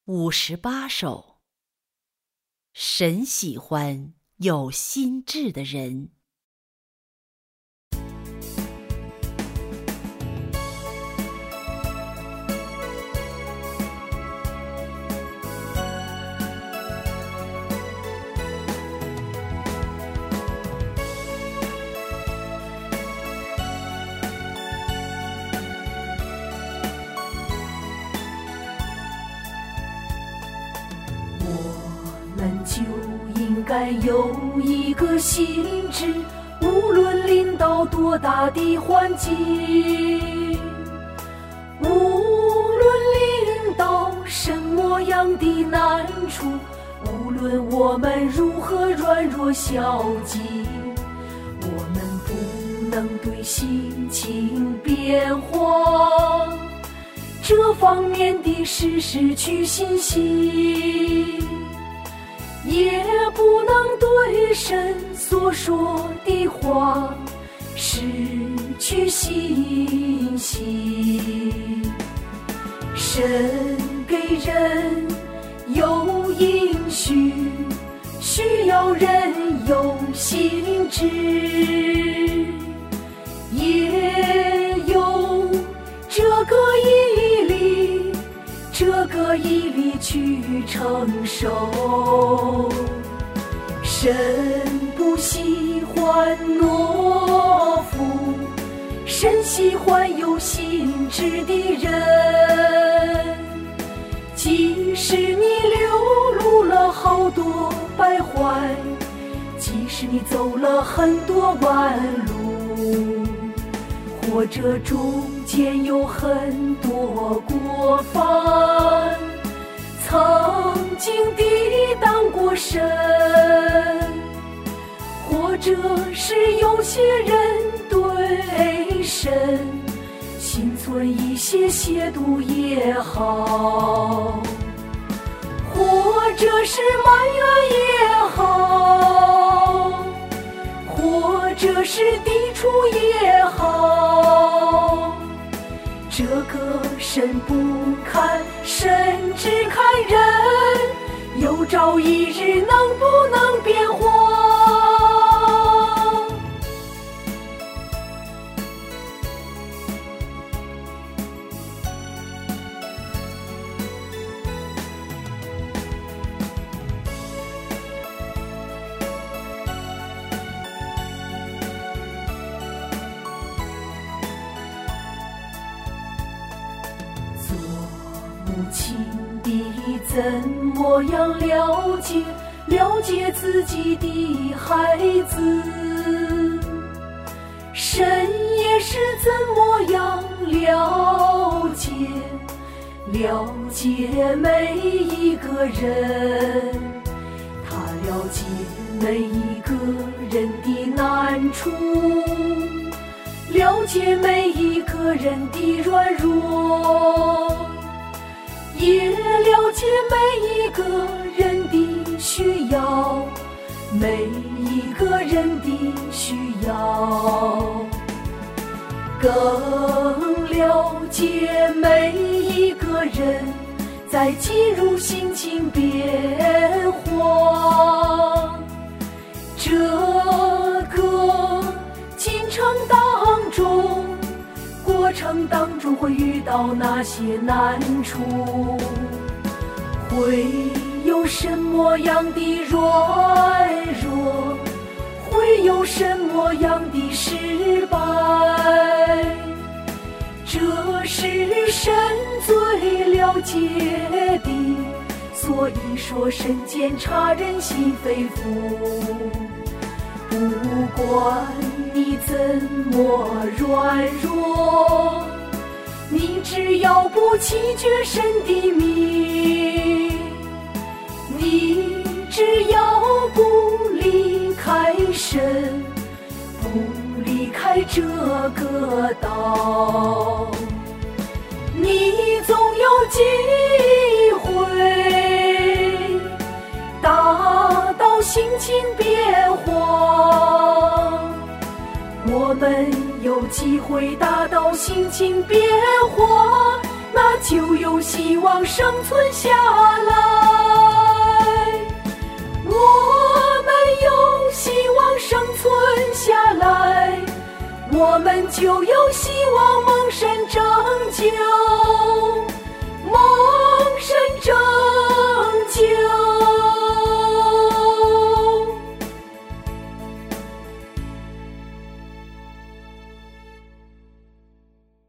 58首。神喜欢有心志的人。 我们就应该有一个心志，无论临到多大的环境，无论临到什么样的难处，无论我们如何软弱消极，我们不能对心情变化这方面的事失去信心，也不能对神所说的话失去信心。神给人有应许，需要人有心志，也有这个毅力去承受。神不喜欢懦夫，神喜欢有心志的人。即使你流露了好多败坏，即使你走了很多弯路，或者中间有很多过犯，曾经抵挡过神，或者是有些人对神心存一些亵渎也好，或者是埋怨也好，或者是抵触也好，这个神不看，神只看人，有朝一日能不能变化。母亲的怎么样了解自己的孩子，神也是怎么样了解每一个人，他了解每一个人的难处，了解每一个人的软弱，也了解每一个人的需要，每一个人的需要，更了解每一个人在进入心情变化这个进程当中，过程当中会遇到哪些难处，会有什么样的软弱，会有什么样的失败，这是神最了解的，所以说神检察人心肺腑，不管你怎么软弱，你只要不弃绝神的名，你只要不离开神，不离开这个道，你总有机会达到心情变化，我们有机会达到心情变化，那就有希望生存下来。我们有希望生存下来，我们就有希